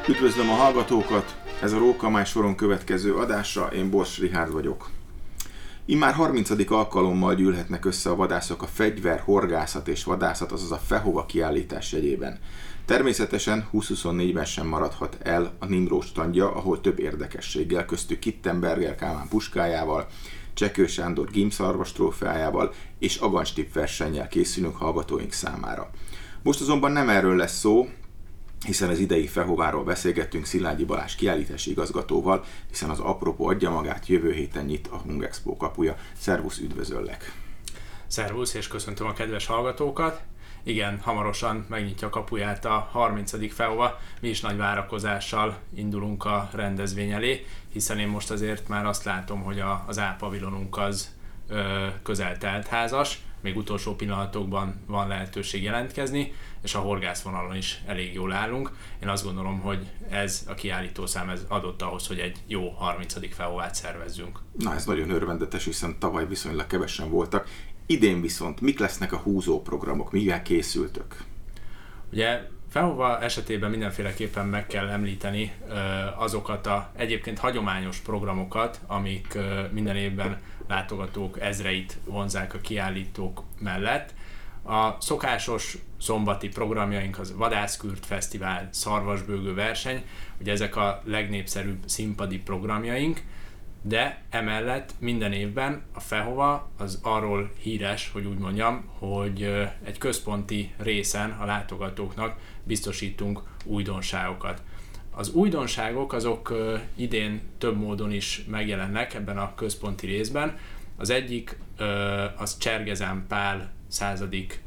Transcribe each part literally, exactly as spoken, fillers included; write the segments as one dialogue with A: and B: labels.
A: Üdvözlöm a hallgatókat! Ez a Rókamely soron következő adása, én Bors Richárd vagyok. Immár harmincadik alkalommal gyűlhetnek össze a vadászok a fegyver, horgászat és vadászat, azaz a Fehova kiállítás jegyében. Természetesen húsz-huszonnégyben sem maradhat el a Nimrod standja, ahol több érdekességgel, köztük Kittenberger Kálmán puskájával, Csekő Sándor gímszarvas trófeájával és agancstipp versennyel készülünk hallgatóink számára. Most azonban nem erről lesz szó, hiszen az idei Fehováról beszélgettünk Szilágyi Balázs kiállítási igazgatóval, hiszen az apropó adja magát, jövő héten nyit a Hungexpo kapuja. Szervusz, üdvözöllek!
B: Szervusz, és köszöntöm a kedves hallgatókat! Igen, hamarosan megnyitja a kapuját a harmincadik Fehova. Mi is nagy várakozással indulunk a rendezvény elé, hiszen én most azért már azt látom, hogy a, az A-pavilonunk az ö, közel teltházas, még utolsó pillanatokban van lehetőség jelentkezni, és a horgászvonalon is elég jól állunk. Én azt gondolom, hogy ez a kiállítószám ez adott ahhoz, hogy egy jó harmincadik Fehovát szervezzünk.
A: Na, ez nagyon örvendetes, hiszen tavaly viszonylag kevesen voltak. Idén viszont mik lesznek a húzó programok, mivel készültök?
B: Ugye Fehova esetében mindenféleképpen meg kell említeni azokat a egyébként hagyományos programokat, amik minden évben látogatók ezreit vonzák a kiállítók mellett. A szokásos szombati programjaink az Vadászkürt Fesztivál, Szarvasbőgő verseny, ugye ezek a legnépszerűbb színpadi programjaink, de emellett minden évben a Fehova az arról híres, hogy úgy mondjam, hogy egy központi részen a látogatóknak biztosítunk újdonságokat. Az újdonságok azok idén több módon is megjelennek ebben a központi részben. Az egyik az Csergezán Pál századik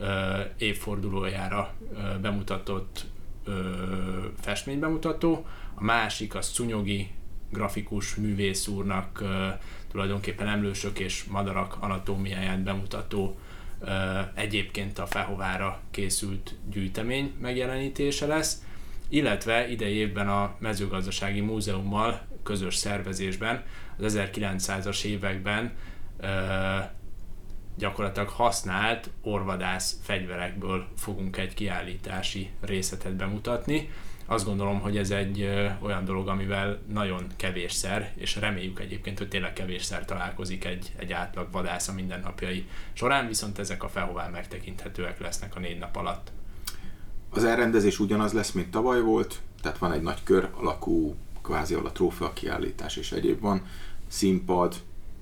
B: évfordulójára bemutatott festménybemutató, a másik az Cunyogi grafikus művész úrnak tulajdonképpen emlősök és madarak anatómiáját bemutató egyébként a Fehovára készült gyűjtemény megjelenítése lesz, illetve idei évben a Mezőgazdasági Múzeummal közös szervezésben az ezerkilencszázas években gyakorlatilag használt orvadász fegyverekből fogunk egy kiállítási részletet bemutatni. Azt gondolom, hogy ez egy ö, olyan dolog, amivel nagyon kevésszer, és reméljük egyébként, hogy tényleg kevésszer találkozik egy, egy átlag vadász a mindennapjai során, viszont ezek a Fehován megtekinthetőek lesznek a négy nap alatt.
A: Az elrendezés ugyanaz lesz, mint tavaly volt, tehát van egy nagy kör alakú, kvázi a trófea kiállítás és egyéb van, színpad,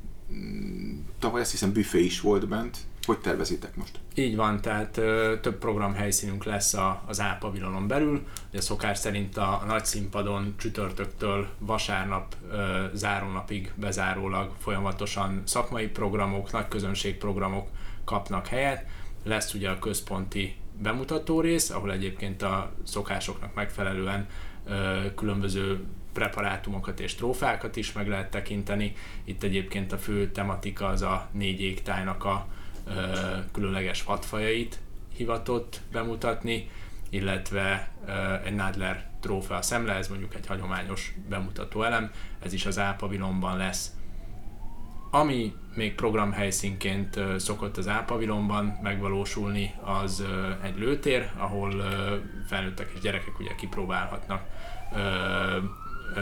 A: tavaly azt hiszem büfé is volt bent. Hogy tervezitek most?
B: Így van, tehát ö, több programhelyszínünk lesz a, az A-pavilonon belül. Ugye szokás szerint a, a nagy színpadon csütörtöktől vasárnap ö, zárónapig bezárólag folyamatosan szakmai programok, nagy közönségprogramok kapnak helyet. Lesz ugye a központi bemutató rész, ahol egyébként a szokásoknak megfelelően ö, különböző preparátumokat és trófákat is meg lehet tekinteni. Itt egyébként a fő tematika az a négy égtájnak a ö, különleges vadfajait hivatott bemutatni, illetve ö, egy Nadler trófea szemle, ez mondjuk egy hagyományos bemutató elem, ez is az A-pavilonban lesz. Ami még programhelyszínként ö, szokott az A-pavilonban megvalósulni, az ö, egy lőtér, ahol ö, felnőttek és gyerekek ugye kipróbálhatnak ö, ö,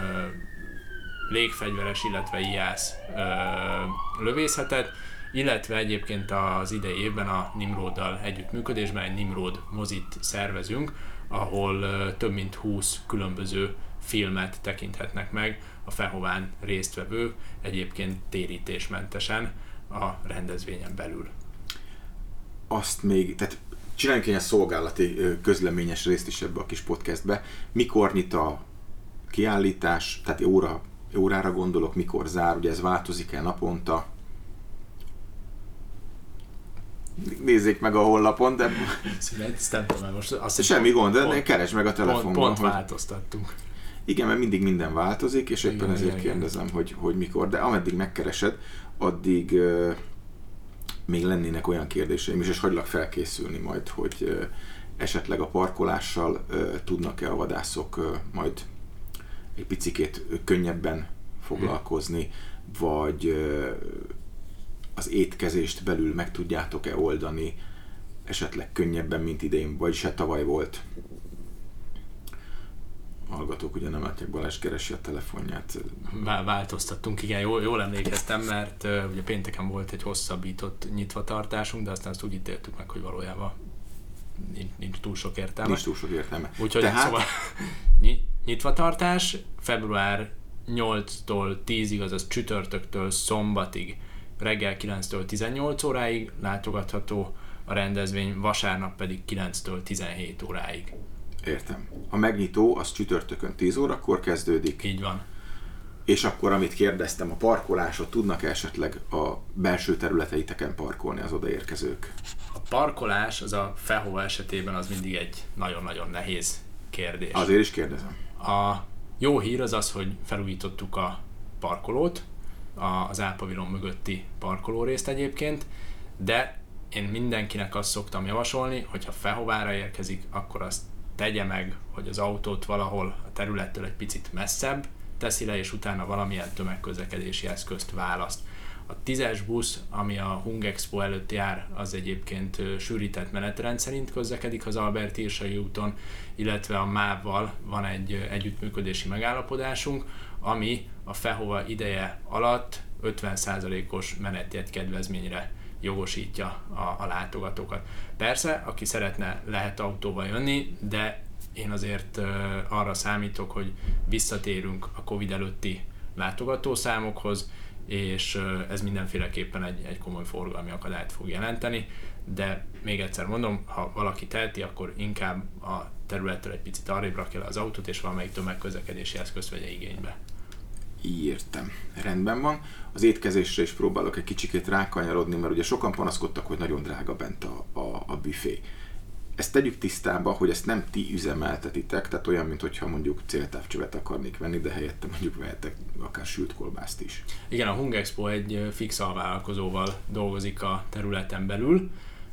B: légfegyveres, illetve ijász ö, lövészetet, illetve egyébként az idei évben a Nimroddal együttműködésben egy Nimrod mozit szervezünk, ahol ö, több mint húsz különböző filmet tekinthetnek meg a Fehován résztvevők, egyébként térítésmentesen a rendezvényen belül.
A: Azt még, tehát csináljunk egy szolgálati közleményes részt is ebbe a kis podcastbe. Mikor nyit a kiállítás, tehát óra, órára gondolok, mikor zár, ugye ez változik-e naponta? Nézzék meg a honlapon, de...
B: Ezt nem tudom, most azt
A: semmi gond, de keresd meg a telefonban.
B: Pont, pont
A: hogy...
B: változtattunk.
A: Igen, mert mindig minden változik, és éppen
B: igen,
A: ezért
B: igen,
A: kérdezem, hogy, hogy mikor, de ameddig megkeresed, addig uh, még lennének olyan kérdéseim is, és hagylak felkészülni majd, hogy uh, esetleg a parkolással uh, tudnak-e a vadászok uh, majd egy picikét könnyebben foglalkozni, hmm. vagy uh, az étkezést belül meg tudjátok-e oldani esetleg könnyebben, mint idén, vagyis hát tavaly volt. hallgatók ugye nem látják, Balázs keresi a telefonját.
B: Változtattunk, igen, jól, jól emlékeztem, mert uh, ugye pénteken volt egy hosszabbított nyitvatartásunk, de aztán azt úgy ítéltük meg, hogy valójában nincs, nincs túl sok értelme.
A: Nincs túl sok értelme.
B: Úgyhogy
A: Tehát...
B: szóval nyitvatartás február nyolctól tízig, azaz csütörtöktől szombatig, reggel kilenctől tizennyolc óráig látogatható a rendezvény, vasárnap pedig kilenctől tizenhét óráig.
A: Értem. A megnyitó az csütörtökön tíz órakor kezdődik.
B: Így van.
A: És akkor, amit kérdeztem, a parkolásot tudnak esetleg a belső területeiteken parkolni az odaérkezők?
B: A parkolás az a Fehova esetében az mindig egy nagyon-nagyon nehéz kérdés.
A: Azért is kérdezem.
B: A jó hír az az, hogy felújítottuk a parkolót, az álpavilon mögötti parkolórészt egyébként, de én mindenkinek azt szoktam javasolni, hogyha Fehovára érkezik, akkor azt tegye meg, hogy az autót valahol a területtől egy picit messzebb teszi le, és utána valamilyen tömegközlekedési eszközt választ. A tízes busz, ami a Hungexpo előtt jár, az egyébként sűrített menetrend szerint közlekedik az Albert Irsai úton, illetve a MÁV-val van egy együttműködési megállapodásunk, ami a Fehova ideje alatt ötven százalékos menetjegy kedvezményre jogosítja a, a látogatókat. Persze, aki szeretne, lehet autóval jönni, de én azért uh, arra számítok, hogy visszatérünk a Covid előtti látogatószámokhoz, és uh, ez mindenféleképpen egy, egy komoly forgalmi akadályt fog jelenteni, de még egyszer mondom, ha valaki teheti, akkor inkább a területtől egy picit arrébb rakja le az autót, és valamelyik tömegközlekedési eszközt vegye igénybe.
A: Értem. Rendben van. Az étkezésre is próbálok egy kicsikét rákanyarodni, mert ugye sokan panaszkodtak, hogy nagyon drága bent a, a, a büfé. Ezt tegyük tisztába, hogy ezt nem ti üzemeltetitek, tehát olyan, mintha mondjuk céltávcsövet akarnék venni, de helyette mondjuk vehetek akár sült kolbászt is.
B: Igen, a Hungexpo egy fix alvállalkozóval dolgozik a területen belül.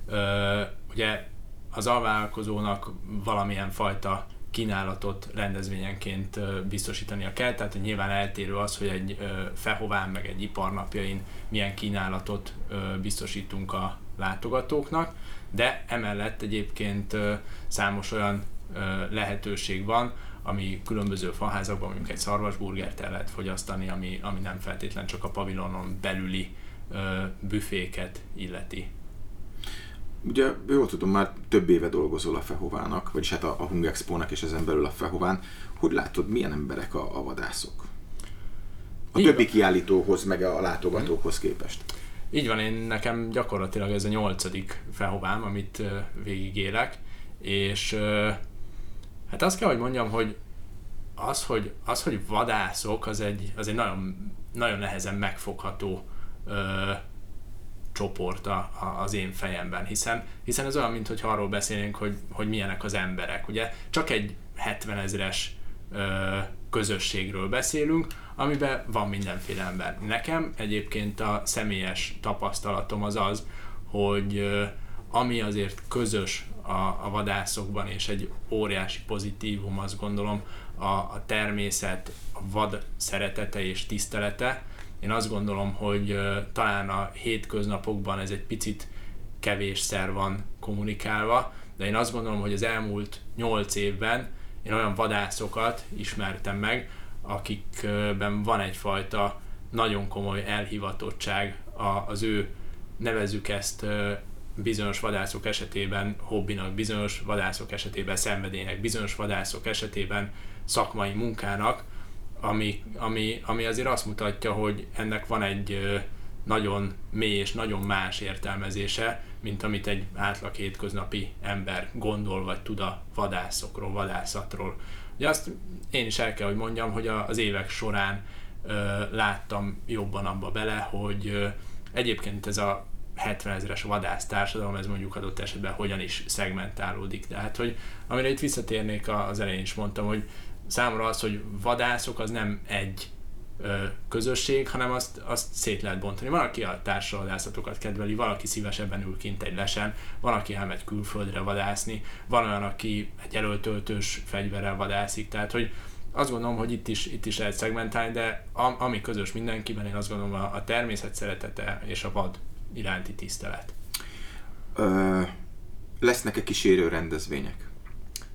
B: Ugye az alvállalkozónak valamilyen fajta kínálatot rendezvényenként biztosítania kell, tehát nyilván eltérő az, hogy egy Fehován meg egy iparnapjain milyen kínálatot biztosítunk a látogatóknak, de emellett egyébként számos olyan lehetőség van, ami különböző faházakban, mondjuk egy szarvasburgert el lehet fogyasztani, ami, ami nem feltétlen csak a pavilonon belüli büféket illeti.
A: Ugye jól tudom, már több éve dolgozol a Fehovának, vagyis hát a, a Hungexpo-nak és ezen belül a Fehován. Hogy látod, milyen emberek a, a vadászok? A Így többi van. Kiállítóhoz, meg a látogatókhoz képest.
B: Így van, én nekem gyakorlatilag ez a nyolcadik Fehovám, amit uh, végigélek, és uh, hát azt kell, hogy mondjam, hogy az, hogy, az, hogy vadászok, az egy, az egy nagyon, nagyon nehezen megfogható uh, csoport a, a, az én fejemben, hiszen, hiszen ez olyan, mintha arról beszélnénk, hogy, hogy milyenek az emberek. Ugye csak egy hetvenezres közösségről beszélünk, amiben van mindenféle ember. Nekem egyébként a személyes tapasztalatom az az, hogy ö, ami azért közös a, a vadászokban, és egy óriási pozitívum, azt gondolom, a, a természet, a vad szeretete és tisztelete. Én azt gondolom, hogy uh, talán a hétköznapokban ez egy picit kevésszer van kommunikálva, de én azt gondolom, hogy az elmúlt nyolc évben én olyan vadászokat ismertem meg, akikben van egyfajta nagyon komoly elhivatottság az ő, nevezzük ezt uh, bizonyos vadászok esetében hobbinak, bizonyos vadászok esetében szenvedélynek, bizonyos vadászok esetében szakmai munkának, Ami, ami, ami azért azt mutatja, hogy ennek van egy ö, nagyon mély és nagyon más értelmezése, mint amit egy átlag hétköznapi ember gondol vagy tud a vadászokról, vadászatról. Ugye azt én is el kell, hogy mondjam, hogy a, az évek során ö, láttam jobban abba bele, hogy ö, egyébként ez a hetvenezres vadásztársadalom, ez mondjuk adott esetben hogyan is szegmentálódik. Tehát, hogy amire itt visszatérnék, az elején is mondtam, hogy számomra az, hogy vadászok, az nem egy ö, közösség, hanem azt, azt szét lehet bontani. Van, aki a társadalmadászatokat kedveli, valaki szívesebben ül kint egy lesen, van, aki elmegy külföldre vadászni, van olyan, aki egy előtöltős fegyverrel vadászik, tehát hogy azt gondolom, hogy itt is, itt is lehet szegmentálni, de ami közös mindenkiben, én azt gondolom, a, a természet szeretete és a vad iránti tisztelet.
A: Ö, lesznek-e kísérő rendezvények?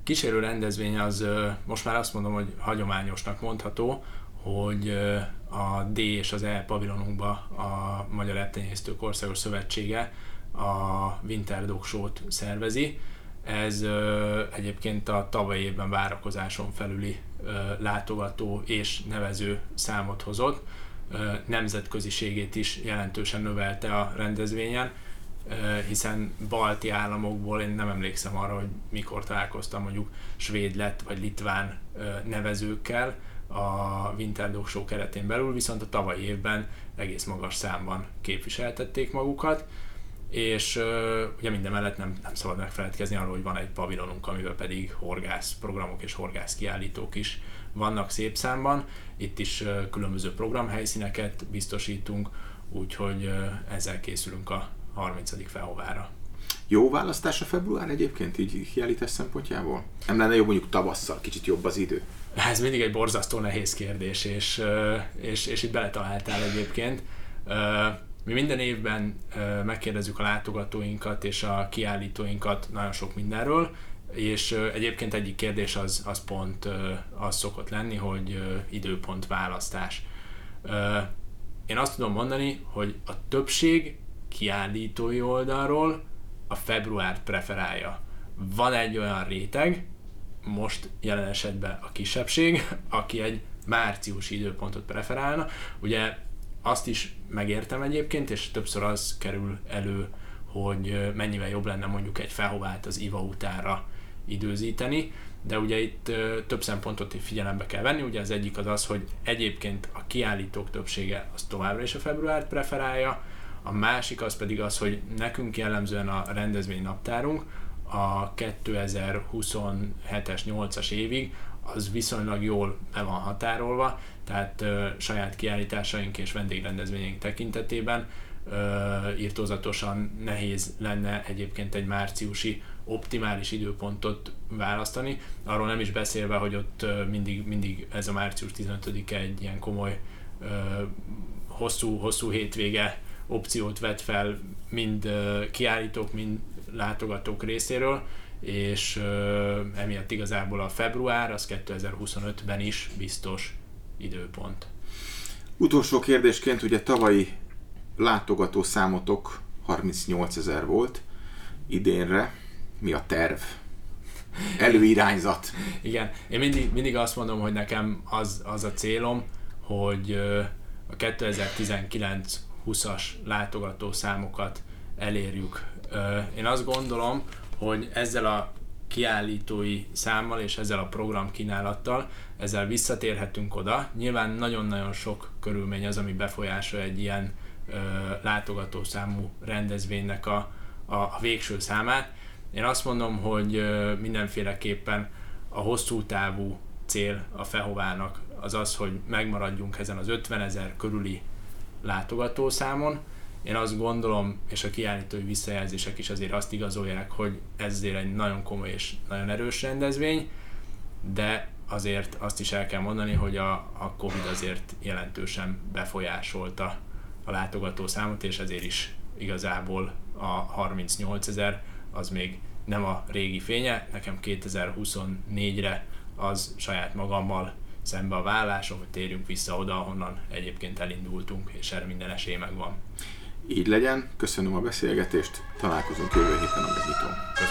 B: kísérő rendezvény az most már azt mondom, hogy hagyományosnak mondható, hogy a D és az E pavilonunkba a Magyar Eptenyésztők Országos Szövetsége a Winter Dog Show-t szervezi. Ez ö, egyébként a tavalyi évben várakozáson felüli ö, látogató és nevező számot hozott. Ö, nemzetköziségét is jelentősen növelte a rendezvényen, ö, hiszen balti államokból én nem emlékszem arra, hogy mikor találkoztam mondjuk svéd, lett vagy litván ö, nevezőkkel a Winter Dog Show keretén belül, viszont a tavalyi évben egész magas számban képviseltették magukat. És uh, ugye minden mellett nem, nem szabad megfeledkezni arról, hogy van egy pavilonunk, amiben pedig horgász programok és horgász kiállítók is vannak szép számban. Itt is uh, különböző programhelyszíneket biztosítunk, úgyhogy uh, ezzel készülünk a harmincadik Fehovára.
A: Jó választás a február egyébként, így kiállítás szempontjából? Nem lenne jobb mondjuk tavasszal, kicsit jobb az idő?
B: Ez mindig egy borzasztó nehéz kérdés, és, uh, és, és itt beletaláltál egyébként. Uh, Mi minden évben uh, megkérdezzük a látogatóinkat és a kiállítóinkat nagyon sok mindenről, és uh, egyébként egyik kérdés az, az pont uh, az szokott lenni, hogy uh, időpont választás. Uh, én azt tudom mondani, hogy a többség kiállítói oldalról a februárt preferálja. Van egy olyan réteg, most jelen esetben a kisebbség, aki egy márciusi időpontot preferálna. Ugye azt is megértem egyébként, és többször az kerül elő, hogy mennyivel jobb lenne mondjuk egy Fehovát az Iva utára időzíteni, de ugye itt több szempontot figyelembe kell venni, ugye az egyik az az, hogy egyébként a kiállítók többsége az továbbra is a februárt preferálja, a másik az pedig az, hogy nekünk jellemzően a rendezvény naptárunk a kétezer-huszonhetes nyolcas évig az viszonylag jól be van határolva, tehát ö, saját kiállításaink és vendégrendezvényeink tekintetében ö, irtózatosan nehéz lenne egyébként egy márciusi optimális időpontot választani. Arról nem is beszélve, hogy ott ö, mindig, mindig ez a március tizenötödike egy ilyen komoly ö, hosszú, hosszú hétvége opciót vet fel mind ö, kiállítók, mind látogatók részéről, és ö, emiatt igazából a február az kétezer-huszonötben is biztos időpont.
A: Utolsó kérdésként, ugye tavalyi látogató számotok harmincnyolcezer volt, idénre mi a terv? Előirányzat?
B: Igen, én mindig, mindig azt mondom, hogy nekem az, az a célom, hogy ö, a kétezer-tizenkilenc húszas látogató számokat elérjük. Ö, én azt gondolom, hogy ezzel a kiállítói számmal és ezzel a programkínálattal ezzel visszatérhetünk oda. Nyilván nagyon-nagyon sok körülmény az, ami befolyásolja egy ilyen ö, látogatószámú rendezvénynek a, a, a végső számát. Én azt mondom, hogy ö, mindenféleképpen a hosszú távú cél a Fehovának az az, hogy megmaradjunk ezen az ötvenezer körüli látogatószámon. Én azt gondolom, és a kiállítói visszajelzések is azért azt igazolják, hogy ez azért egy nagyon komoly és nagyon erős rendezvény, de azért azt is el kell mondani, hogy a, a Covid azért jelentősen befolyásolta a látogatószámot, és ezért is igazából a harmincnyolcezer az még nem a régi fénye. Nekem kétezer-huszonnégyre az saját magammal szembe a vállásom, hogy térjünk vissza oda, ahonnan egyébként elindultunk, és erre minden esély megvan.
A: Így legyen, köszönöm a beszélgetést, találkozunk jövő héten a megnyitón.